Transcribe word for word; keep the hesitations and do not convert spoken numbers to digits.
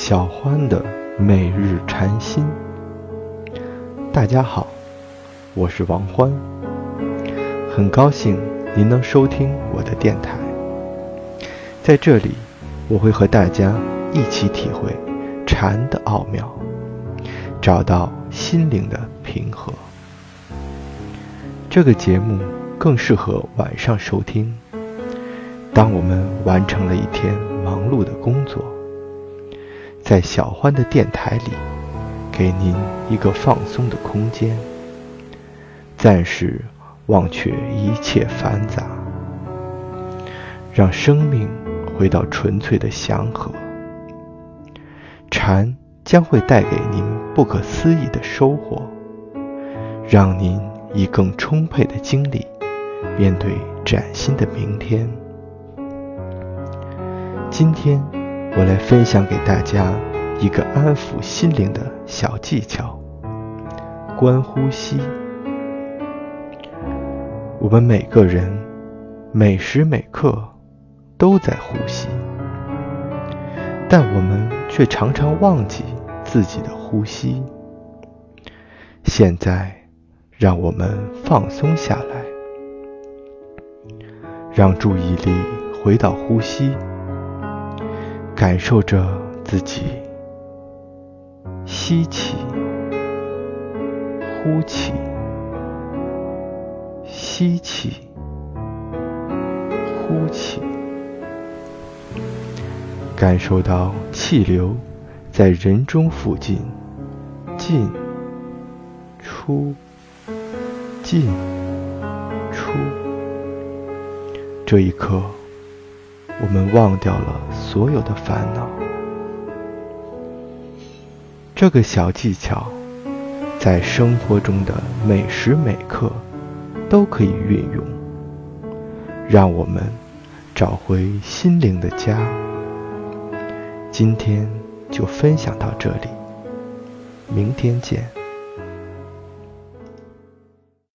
小欢的每日禅心。大家好，我是王欢，很高兴您能收听我的电台。在这里，我会和大家一起体会禅的奥妙，找到心灵的平和。这个节目更适合晚上收听，当我们完成了一天忙碌的工作，在小欢的电台里，给您一个放松的空间，暂时忘却一切繁杂，让生命回到纯粹的祥和。禅将会带给您不可思议的收获，让您以更充沛的精力面对崭新的明天。今天我来分享给大家一个安抚心灵的小技巧，观呼吸。我们每个人每时每刻都在呼吸，但我们却常常忘记自己的呼吸。现在让我们放松下来，让注意力回到呼吸，感受着自己吸气、呼气，吸气、呼气，感受到气流在人中附近进出进出。这一刻，我们忘掉了所有的烦恼。这个小技巧在生活中的每时每刻都可以运用，让我们找回心灵的家。今天就分享到这里，明天见。